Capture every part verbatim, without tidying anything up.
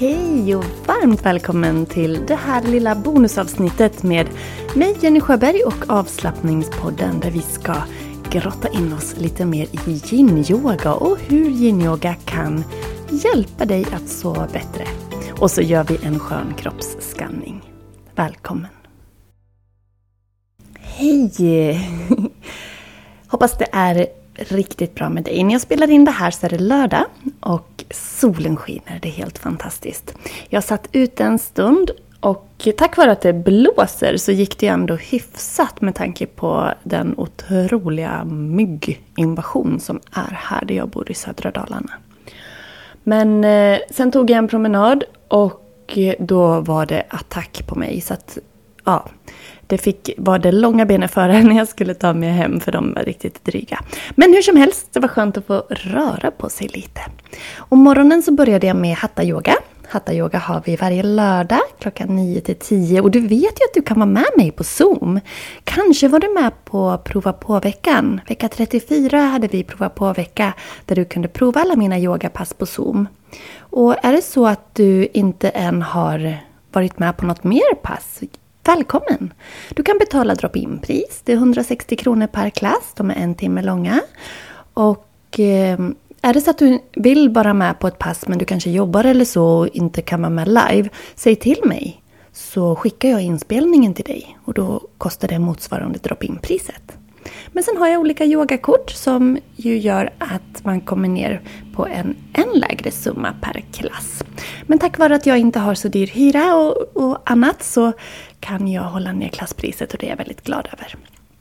Hej och varmt välkommen till det här lilla bonusavsnittet med mig Jenny Sjöberg och avslappningspodden där vi ska grotta in oss lite mer i yin-yoga och hur yin-yoga kan hjälpa dig att sova bättre. Och så gör vi en skön kroppsskanning. Välkommen! Hej! Hoppas det är riktigt bra med dig. När jag spelar in det här så är det lördag och solen skiner. Det är helt fantastiskt. Jag har satt ut en stund och tack vare att det blåser så gick det ändå hyfsat med tanke på den otroliga mygginvasion som är här där jag bor i södra Dalarna. Men eh, sen tog jag en promenad och då var det attack på mig så att ja, det fick var det långa benen före när jag skulle ta mig hem för de var riktigt dryga. Men hur som helst, det var skönt att få röra på sig lite. Och morgonen så började jag med Hatha Yoga. Hatha Yoga har vi varje lördag klockan nio till tio. Och du vet ju att du kan vara med mig på Zoom. Kanske var du med på Prova på-veckan. Vecka trettiofyra hade vi Prova på-vecka där du kunde prova alla mina yogapass på Zoom. Och är det så att du inte än har varit med på något mer pass, välkommen! Du kan betala drop-in-pris. Det är hundrasextio kronor per klass. De är en timme långa. Och eh, är det så att du vill vara med på ett pass men du kanske jobbar eller så och inte kan vara med live, säg till mig. Så skickar jag inspelningen till dig. Och då kostar det motsvarande drop-in-priset. Men sen har jag olika yogakort som ju gör att man kommer ner på en än lägre summa per klass. Men tack vare att jag inte har så dyr hyra och, och annat så kan jag hålla ner klasspriset och det är jag väldigt glad över.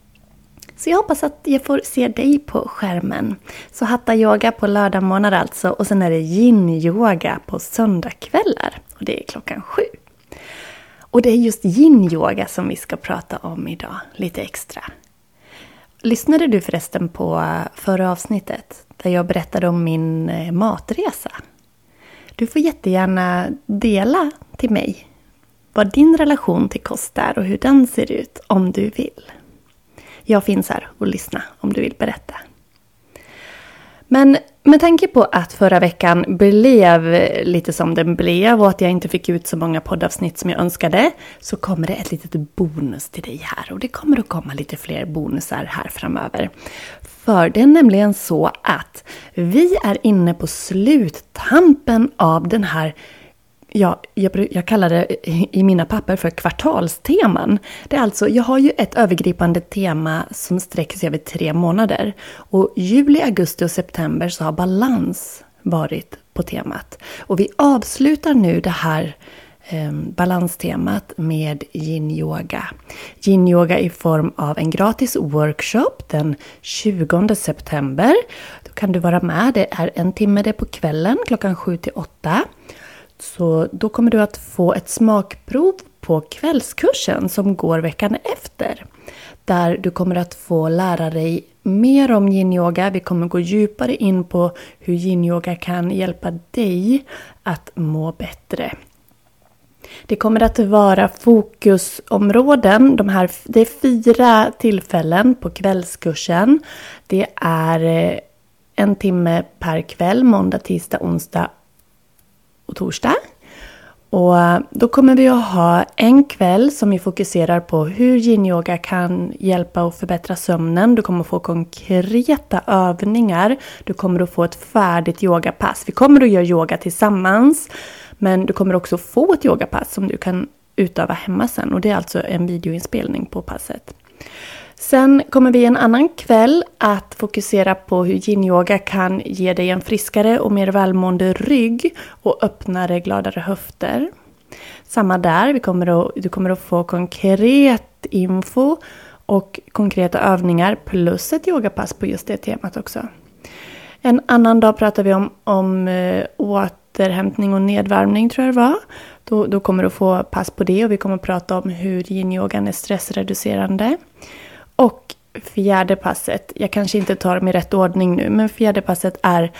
Så jag hoppas att jag får se dig på skärmen. Så Hatha Yoga på lördag månad alltså och sen är det yin-yoga på söndagkvällar och det är klockan sju. Och det är just yin-yoga som vi ska prata om idag lite extra. Lyssnade du förresten på förra avsnittet där jag berättade om min matresa? Du får jättegärna dela till mig vad din relation till kost är och hur den ser ut om du vill. Jag finns här och lyssna om du vill berätta. Men med tanke på att förra veckan blev lite som den blev och att jag inte fick ut så många poddavsnitt som jag önskade så kommer det ett litet bonus till dig här. Och det kommer att komma lite fler bonusar här framöver. För det är nämligen så att vi är inne på sluttampen av den här, ja, jag, jag kallar det i mina papper för kvartalsteman. Det är alltså, jag har ju ett övergripande tema som sträcker sig över tre månader. Och juli, augusti och september så har balans varit på temat. Och vi avslutar nu det här eh, balanstemat med yin-yoga. Yin-yoga i form av en gratis workshop den tjugonde september. Då kan du vara med, det är en timme det på kvällen klockan sju till åtta. Så då kommer du att få ett smakprov på kvällskursen som går veckan efter. Där du kommer att få lära dig mer om yin-yoga. Vi kommer gå djupare in på hur yin-yoga kan hjälpa dig att må bättre. Det kommer att vara fokusområden. De här, det är fyra tillfällen på kvällskursen. Det är en timme per kväll, måndag, tisdag, onsdag och torsdag. Och då kommer vi att ha en kväll som vi fokuserar på hur yin-yoga kan hjälpa och förbättra sömnen. Du kommer att få konkreta övningar. Du kommer att få ett färdigt yogapass. Vi kommer att göra yoga tillsammans. Men du kommer också få ett yogapass som du kan utöva hemma sen. Och det är alltså en videoinspelning på passet. Sen kommer vi en annan kväll att fokusera på hur yin-yoga kan ge dig en friskare och mer välmående rygg och öppnare, gladare höfter. Samma där, vi kommer att, du kommer att få konkret info och konkreta övningar plus ett yogapass på just det temat också. En annan dag pratar vi om, om äh, återhämtning och nedvärmning tror jag det var. Då, då kommer du få pass på det och vi kommer att prata om hur yin-yogan är stressreducerande. Och fjärde passet, jag kanske inte tar dem i rätt ordning nu, men fjärde passet är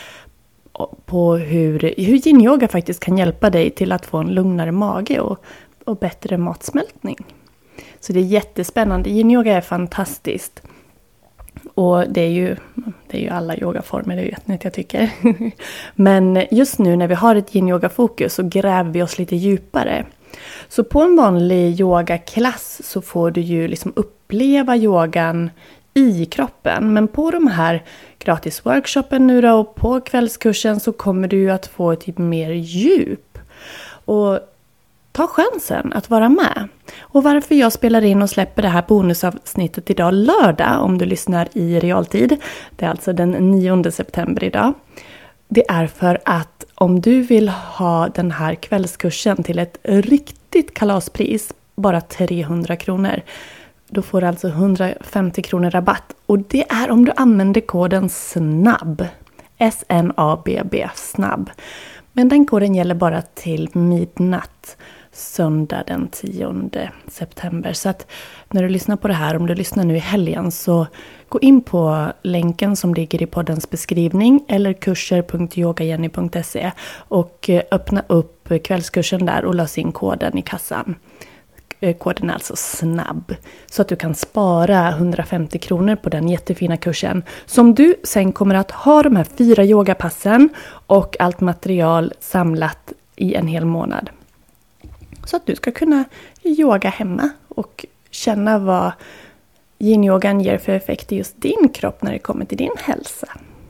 på hur, hur yin-yoga faktiskt kan hjälpa dig till att få en lugnare mage och, och bättre matsmältning. Så det är jättespännande, yin-yoga är fantastiskt. Och det är ju, det är ju alla yogaformer, det vet ni att jag tycker. Men just nu när vi har ett yin-yoga-fokus så gräver vi oss lite djupare. Så på en vanlig yogaklass så får du ju liksom uppleva yogan i kroppen. Men på de här gratis workshopen nu då och på kvällskursen så kommer du ju att få ett mer djup. Och ta chansen att vara med. Och varför jag spelar in och släpper det här bonusavsnittet idag lördag om du lyssnar i realtid. Det är alltså den nionde september idag. Det är för att om du vill ha den här kvällskursen till ett riktigt kalaspris, bara trehundra kronor. Då får du alltså hundrafemtio kronor rabatt. Och det är om du använder koden SNABB. S N A B B, snabb. Men den koden gäller bara till midnatt. Söndag den tionde september. Så att när du lyssnar på det här, om du lyssnar nu i helgen, så gå in på länken som ligger i poddens beskrivning eller kurser punkt yogajenny punkt se och öppna upp kvällskursen där och lös in koden i kassan. Koden är alltså snabb. Så att du kan spara hundrafemtio kronor på den jättefina kursen. Som du sen kommer att ha de här fyra yogapassen och allt material samlat i en hel månad. Så att du ska kunna yoga hemma och känna vad yin-yogan ger för effekt i just din kropp när det kommer till din hälsa.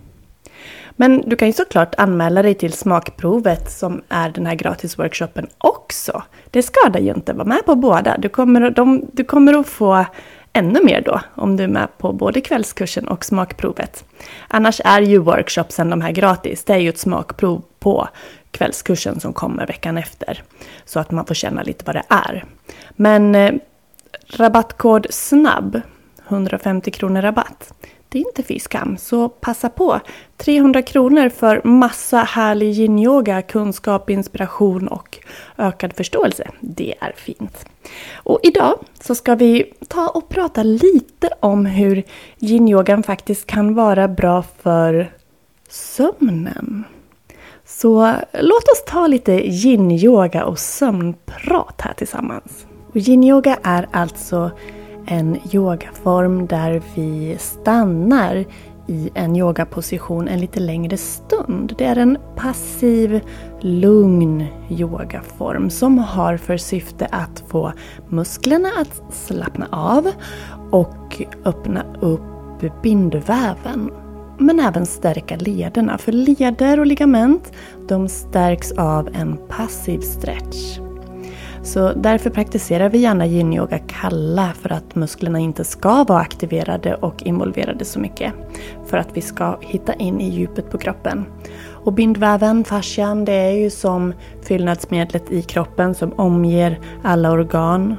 Men du kan ju såklart anmäla dig till smakprovet som är den här gratisworkshopen också. Det skadar ju inte att vara med på båda. Du kommer, de, du kommer att få ännu mer då om du är med på både kvällskursen och smakprovet. Annars är ju workshopsen de här gratis. Det är ju ett smakprov på kvällskursen som kommer veckan efter. Så att man får känna lite vad det är. Men eh, rabattkod SNABB, hundrafemtio kronor rabatt. Det är inte fy skam, så passa på. trehundra kronor för massa härlig yin-yoga, kunskap, inspiration och ökad förståelse. Det är fint. Och idag så ska vi ta och prata lite om hur yin-yogan faktiskt kan vara bra för sömnen. Så låt oss ta lite yin-yoga och sömnprat här tillsammans. Och yin-yoga är alltså en yogaform där vi stannar i en yogaposition en lite längre stund. Det är en passiv, lugn yogaform som har för syfte att få musklerna att slappna av och öppna upp bindväven. Men även stärka lederna, för leder och ligament de stärks av en passiv stretch. Så därför praktiserar vi gärna yin-yoga kalla för att musklerna inte ska vara aktiverade och involverade så mycket. För att vi ska hitta in i djupet på kroppen. Och bindväven, fascian, det är ju som fyllnadsmedlet i kroppen som omger alla organ.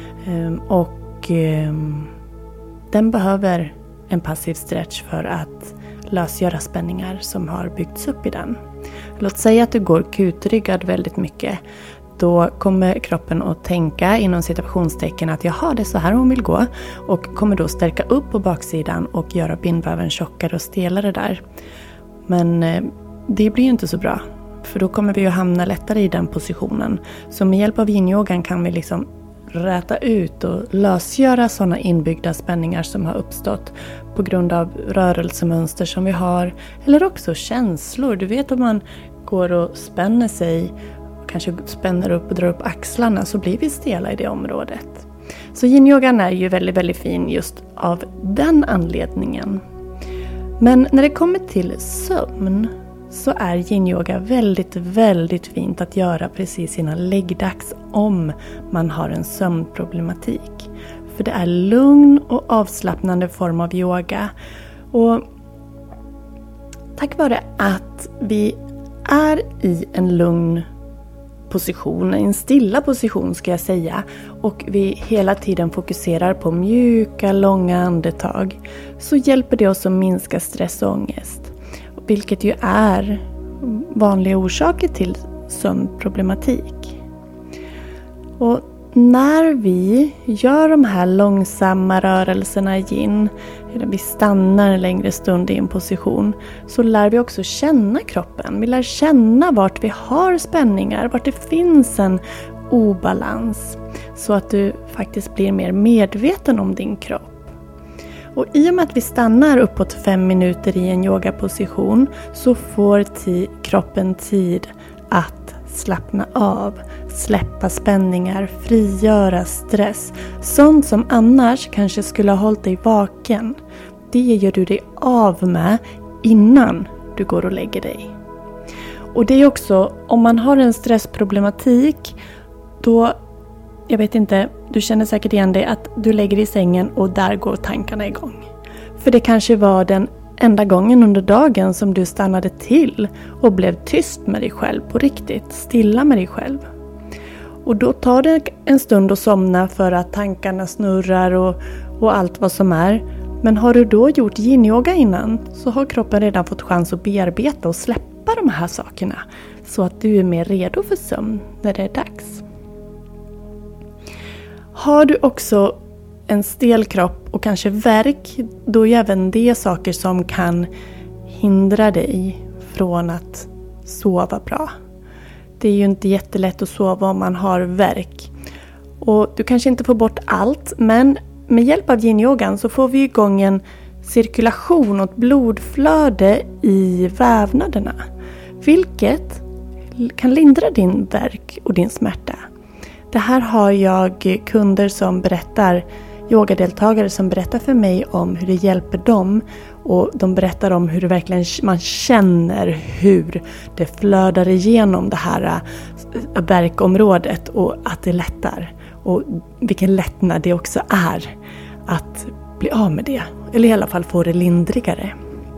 Och den behöver en passiv stretch för att lösgöra spänningar som har byggts upp i den. Låt säga att du går kutryggad väldigt mycket. Då kommer kroppen att tänka inom situationstecken att jaha, det är så här hon vill gå. Och kommer då stärka upp på baksidan och göra bindväven tjockare och stelare där. Men eh, det blir ju inte så bra. För då kommer vi ju hamna lättare i den positionen. Så med hjälp av yin-yogan kan vi liksom räta ut och lösgöra sådana inbyggda spänningar som har uppstått på grund av rörelsemönster som vi har. Eller också känslor. Du vet om man går och spänner sig, kanske spänner upp och drar upp axlarna, så blir vi stela i det området. Så yin-yogan är ju väldigt, väldigt fin just av den anledningen. Men när det kommer till sömn så är yin-yoga väldigt, väldigt fint att göra precis innan läggdags om man har en sömnproblematik. För det är lugn och avslappnande form av yoga. Och tack vare att vi är i en lugn position, en stilla position ska jag säga, och vi hela tiden fokuserar på mjuka, långa andetag, så hjälper det oss att minska stress och ångest, vilket ju är vanliga orsaker till sömnproblematik. Och när vi gör de här långsamma rörelserna i yin, eller vi stannar en längre stund i en position, så lär vi också känna kroppen. Vi lär känna vart vi har spänningar, vart det finns en obalans, så att du faktiskt blir mer medveten om din kropp. Och i och med att vi stannar uppåt fem minuter i en yogaposition så får t- kroppen tid att slappna av, släppa spänningar, frigöra stress. Sånt som annars kanske skulle ha hållit dig vaken. Det gör du dig av med innan du går och lägger dig. Och det är också, om man har en stressproblematik, då, jag vet inte, du känner säkert igen det, att du lägger dig i sängen och där går tankarna igång. För det kanske var den enda gången under dagen som du stannade till och blev tyst med dig själv på riktigt, stilla med dig själv. Och då tar det en stund att somna för att tankarna snurrar och, och allt vad som är. Men har du då gjort yin-yoga innan så har kroppen redan fått chans att bearbeta och släppa de här sakerna. Så att du är mer redo för sömn när det är dags. Har du också en stel kropp och kanske värk, då är även det saker som kan hindra dig från att sova bra. Det är ju inte jättelätt att sova om man har värk. Och du kanske inte får bort allt, men med hjälp av yin-yogan så får vi igång en cirkulation och ett blodflöde i vävnaderna. Vilket kan lindra din värk och din smärta. Det här har jag kunder som berättar, yogadeltagare som berättar för mig om hur det hjälper dem. Och de berättar om hur det verkligen man känner hur det flödar igenom det här värkområdet och att det lättar. Och vilken lättnad det också är att bli av med det. Eller i alla fall få det lindrigare.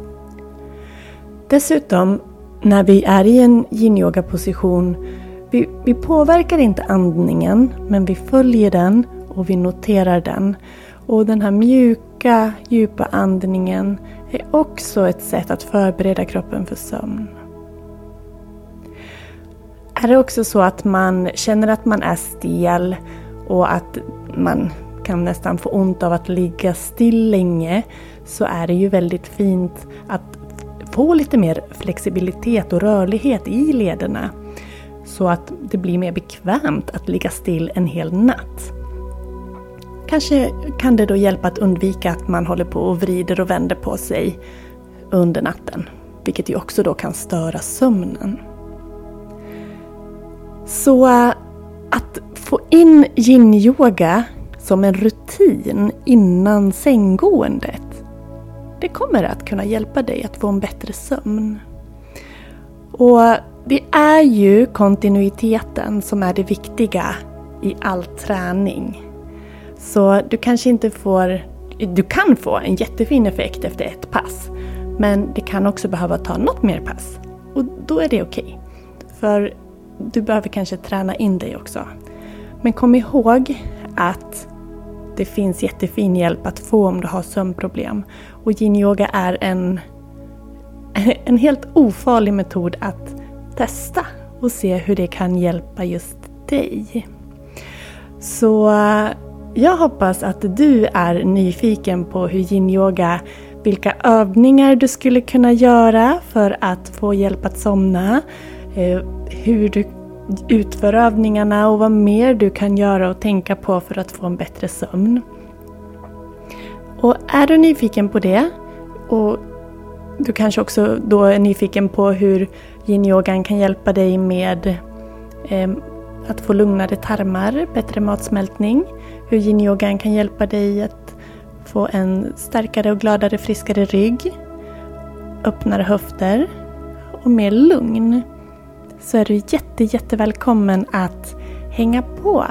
Dessutom, när vi är i en yin-yoga-position, vi, vi påverkar inte andningen, men vi följer den och vi noterar den. Och den här mjuka, djupa andningen är också ett sätt att förbereda kroppen för sömn. Är det också så att man känner att man är stel och att man kan nästan få ont av att ligga still länge, så är det ju väldigt fint att få lite mer flexibilitet och rörlighet i lederna. Så att det blir mer bekvämt att ligga still en hel natt. Kanske kan det då hjälpa att undvika att man håller på och vrider och vänder på sig under natten. Vilket ju också då kan störa sömnen. Så att få in yin-yoga som en rutin innan sänggåendet, det kommer att kunna hjälpa dig att få en bättre sömn. Och det är ju kontinuiteten som är det viktiga i all träning. Så du kanske inte får, du kan få en jättefin effekt efter ett pass. Men det kan också behöva ta något mer pass. Och då är det okej. För du behöver kanske träna in dig också. Men kom ihåg att det finns jättefin hjälp att få om du har sömnproblem. Och yin-yoga är en, en helt ofarlig metod att testa och se hur det kan hjälpa just dig. Så jag hoppas att du är nyfiken på hur yin-yoga, vilka övningar du skulle kunna göra för att få hjälp att somna, hur du utför övningarna och vad mer du kan göra och tänka på för att få en bättre sömn. Och är du nyfiken på det, och du kanske också då är nyfiken på hur yin-yogan kan hjälpa dig med eh, att få lugnare tarmar, bättre matsmältning, hur yin-yogan kan hjälpa dig att få en starkare och gladare, friskare rygg, öppnare höfter och mer lugn, så är du jätte, jätte välkommen att hänga på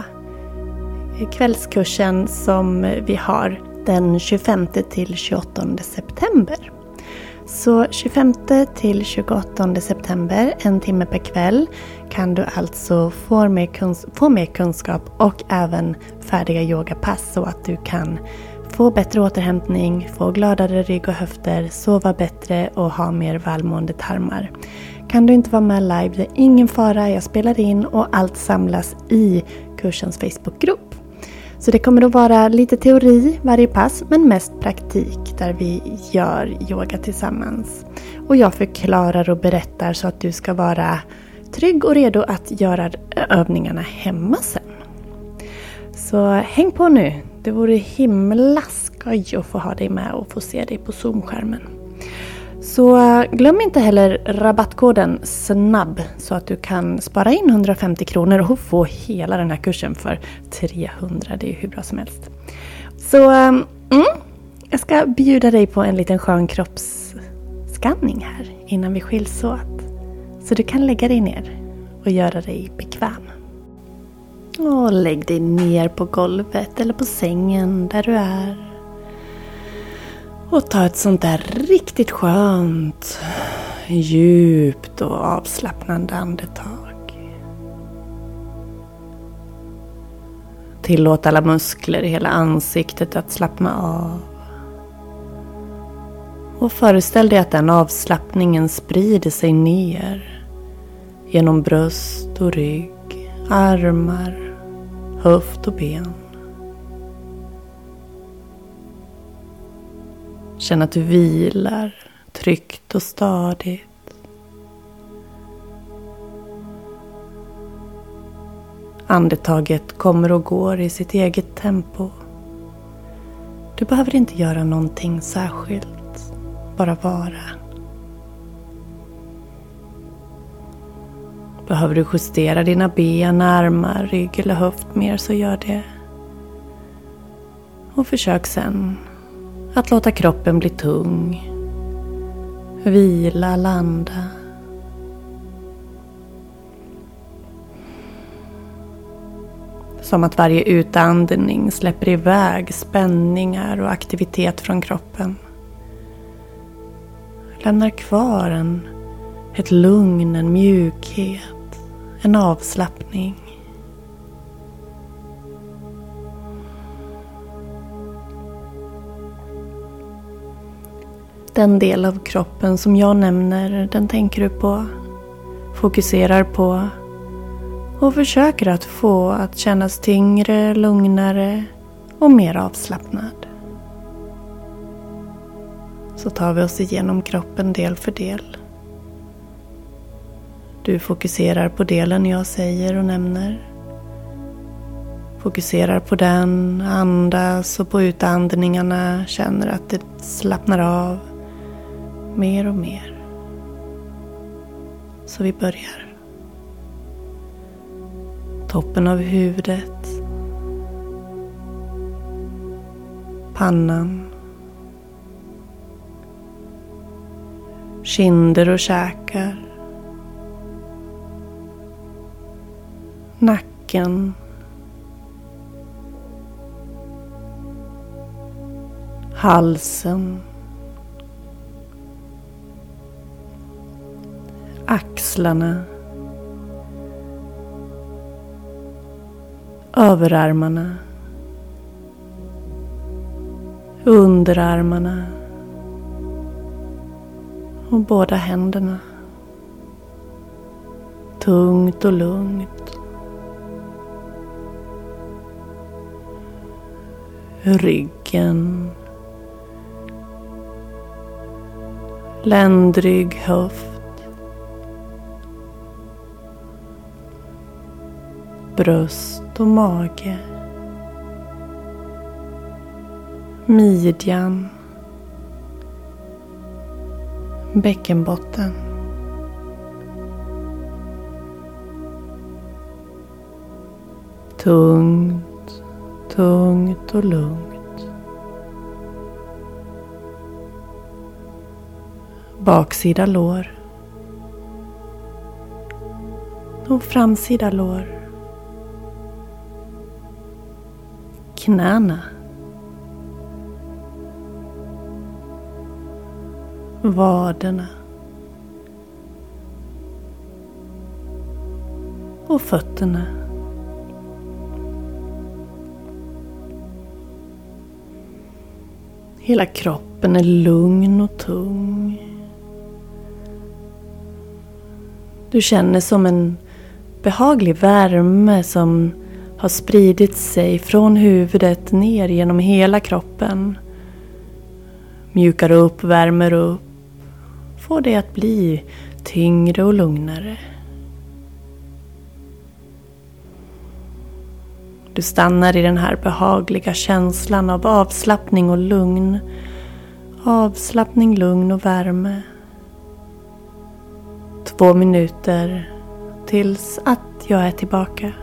kvällskursen som vi har den tjugofemte till tjugoåttonde september. Så tjugofemte till tjugoåttonde september, en timme per kväll, kan du alltså få mer, kunsk- få mer kunskap och även färdiga yogapass så att du kan få bättre återhämtning, få gladare rygg och höfter, sova bättre och ha mer välmående tarmar. Kan du inte vara med live, det är ingen fara, jag spelar in och allt samlas i kursens Facebookgrupp. Så det kommer att vara lite teori varje pass, men mest praktik där vi gör yoga tillsammans. Och jag förklarar och berättar så att du ska vara trygg och redo att göra övningarna hemma sen. Så häng på nu, det vore himla skoj att få ha dig med och få se dig på Zoom-skärmen. Så glöm inte heller rabattkoden SNABB så att du kan spara in hundrafemtio kronor och få hela den här kursen för trehundra. Det är ju hur bra som helst. Så mm, jag ska bjuda dig på en liten skön kroppsskanning här innan vi skiljs åt. Så du kan lägga dig ner och göra dig bekväm. Och lägg dig ner på golvet eller på sängen där du är. Och ta ett sånt där riktigt skönt, djupt och avslappnande andetag. Tillåt alla muskler i hela ansiktet att slappna av. Och föreställ dig att den avslappningen sprider sig ner genom bröst och rygg, armar, höft och ben. Känn att du vilar tryggt och stadigt. Andetaget kommer och går i sitt eget tempo. Du behöver inte göra någonting särskilt, bara vara. Behöver du justera dina ben, armar, rygg eller höft mer så gör det. Och försök sen att låta kroppen bli tung. Vila, landa. Som att varje utandning släpper iväg spänningar och aktivitet från kroppen. Lämnar kvar en, ett lugn, en mjukhet, en avslappning. Den del av kroppen som jag nämner, den tänker du på, fokuserar på och försöker att få att kännas tyngre, lugnare och mer avslappnad. Så tar vi oss igenom kroppen del för del. Du fokuserar på delen jag säger och nämner. Fokuserar på den, andas och på utandningarna, känner att det slappnar av mer och mer. Så vi börjar. Toppen av huvudet. Pannan. Kinder och käkar. Nacken. Halsen. Axlarna. Överarmarna. Underarmarna. Och båda händerna. Tungt och lugnt. Ryggen. Ländrygg, höft. Bröst och mage. Midjan. Bäckenbotten. Tungt, tungt och lugnt. Baksida lår. Och framsida lår. Knäna. Vaderna. Och fötterna. Hela kroppen är lugn och tung. Du känner som en behaglig värme som har spridit sig från huvudet ner genom hela kroppen. Mjukar upp, värmer upp. Får det att bli tyngre och lugnare. Du stannar i den här behagliga känslan av avslappning och lugn. Avslappning, lugn och värme. Två minuter tills att jag är tillbaka.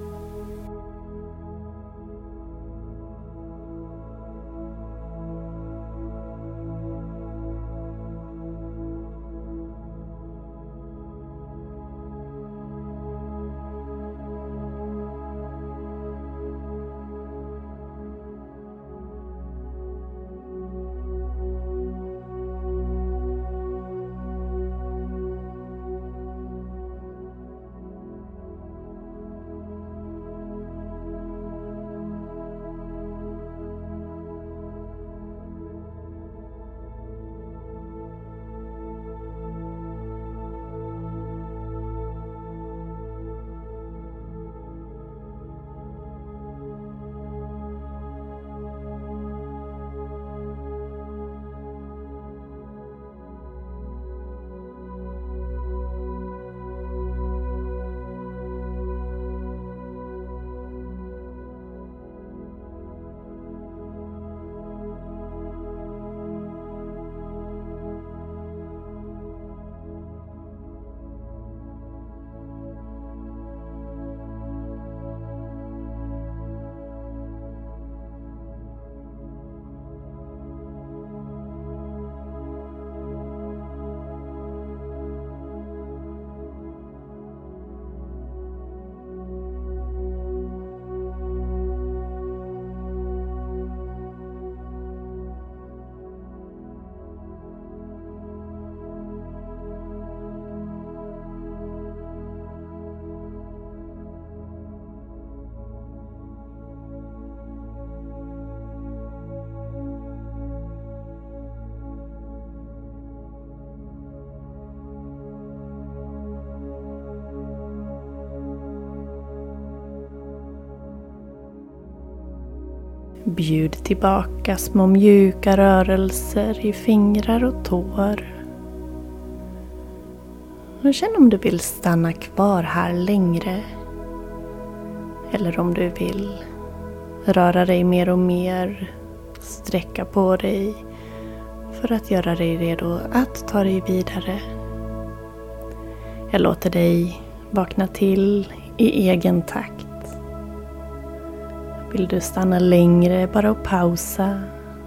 Bjud tillbaka små mjuka rörelser i fingrar och tår. Och känn om du vill stanna kvar här längre. Eller om du vill röra dig mer och mer. Sträcka på dig för att göra dig redo att ta dig vidare. Jag låter dig vakna till i egen takt. Vill du stanna längre, bara och pausa,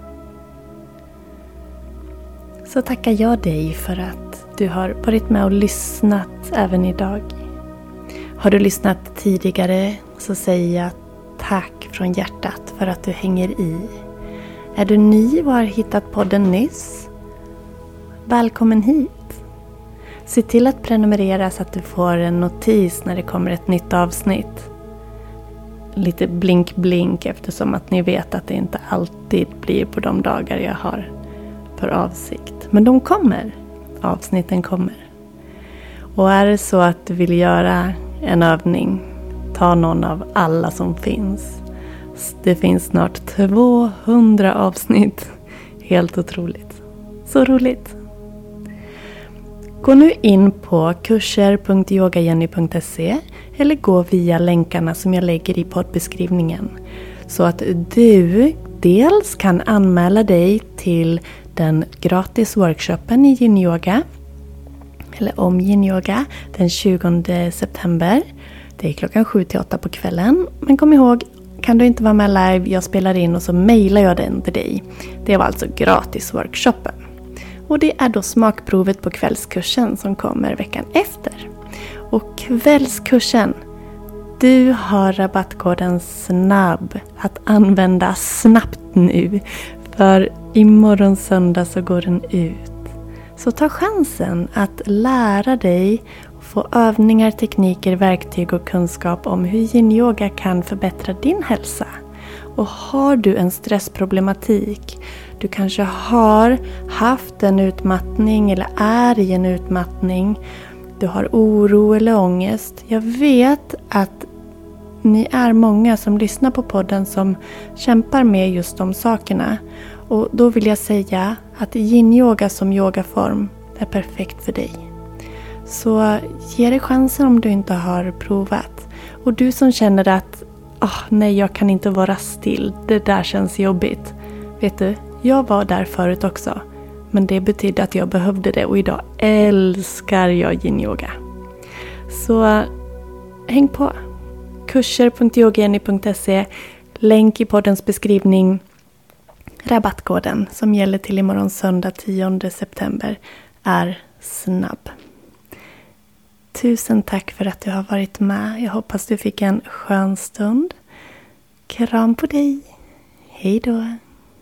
så tackar jag dig för att du har varit med och lyssnat även idag. Har du lyssnat tidigare så säger jag tack från hjärtat för att du hänger i. Är du ny och har hittat podden nyss? Välkommen hit! Se till att prenumerera så att du får en notis när det kommer ett nytt avsnitt. Lite blink blink eftersom att ni vet att det inte alltid blir på de dagar jag har för avsikt. Men de kommer. Avsnitten kommer. Och är det så att du vill göra en övning, ta någon av alla som finns. Det finns snart tvåhundra avsnitt. Helt otroligt. Så roligt. Gå nu in på kurser punkt yogajenny punkt se eller gå via länkarna som jag lägger i poddbeskrivningen. Så att du dels kan anmäla dig till den gratis workshopen i yin-yoga. Eller om yin-yoga den tjugonde september. Det är klockan sju till åtta på kvällen. Men kom ihåg, kan du inte vara med live, jag spelar in och så mejlar jag den till dig. Det var alltså gratis workshopen. Och det är då smakprovet på kvällskursen som kommer veckan efter. Och kvällskursen, du har rabattkoden snabb att använda snabbt nu. För imorgon söndag så går den ut. Så ta chansen att lära dig och få övningar, tekniker, verktyg och kunskap om hur yin-yoga kan förbättra din hälsa. Och har du en stressproblematik, du kanske har haft en utmattning eller är i en utmattning, du har oro eller ångest. Jag vet att ni är många som lyssnar på podden som kämpar med just de sakerna. Och då vill jag säga att yin-yoga som yogaform är perfekt för dig. Så ge dig chansen om du inte har provat. Och du som känner att oh, nej jag kan inte vara still, det där känns jobbigt. Vet du, jag var där förut också. Men det betydde att jag behövde det och idag älskar jag yin-yoga. Så häng på. kurser punkt yogajenny punkt se, länk i poddens beskrivning. Rabattkoden som gäller till imorgon söndag tionde september är snabb. Tusen tack för att du har varit med. Jag hoppas du fick en skön stund. Kram på dig. Hej då.